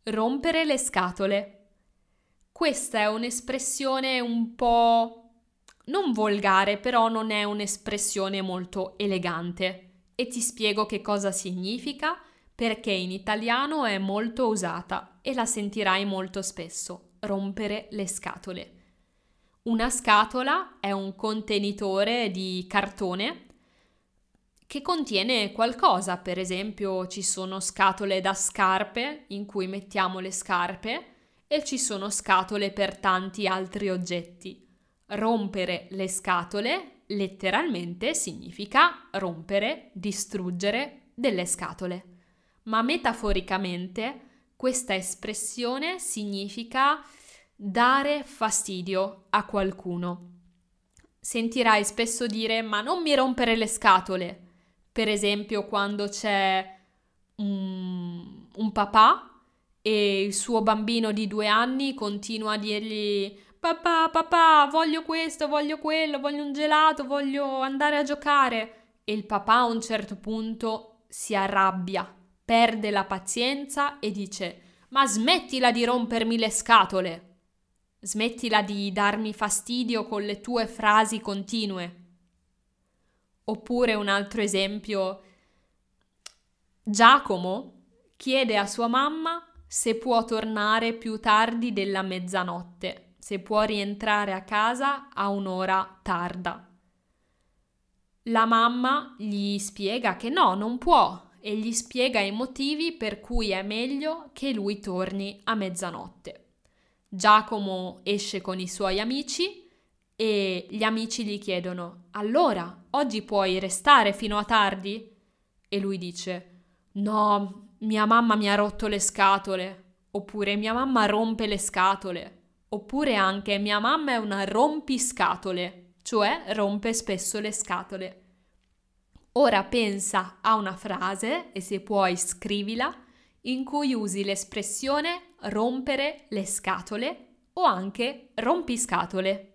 Rompere le scatole. Questa è un'espressione un po' non volgare, però non è un'espressione molto elegante. E ti spiego che cosa significa, perché in italiano è molto usata e la sentirai molto spesso. Rompere le scatole. Una scatola è un contenitore di cartone che contiene qualcosa, per esempio ci sono scatole da scarpe in cui mettiamo le scarpe e ci sono scatole per tanti altri oggetti. Rompere le scatole letteralmente significa rompere, distruggere delle scatole, ma metaforicamente questa espressione significa dare fastidio a qualcuno. Sentirai spesso dire ma non mi rompere le scatole. Per esempio, quando c'è un papà e il suo bambino di 2 anni continua a dirgli papà, papà, voglio questo, voglio quello, voglio un gelato, voglio andare a giocare. E il papà a un certo punto si arrabbia, perde la pazienza e dice ma smettila di rompermi le scatole. Smettila di darmi fastidio con le tue frasi continue. Oppure un altro esempio, Giacomo chiede a sua mamma se può tornare più tardi della mezzanotte, se può rientrare a casa a un'ora tarda. La mamma gli spiega che no, non può e gli spiega i motivi per cui è meglio che lui torni a mezzanotte. Giacomo esce con i suoi amici e gli amici gli chiedono: allora, oggi puoi restare fino a tardi? E lui dice: no, mia mamma mi ha rotto le scatole, oppure mia mamma rompe le scatole, oppure anche mia mamma è una rompiscatole, cioè rompe spesso le scatole. Ora pensa a una frase, e se puoi scrivila, in cui usi l'espressione rompere le scatole o anche rompiscatole.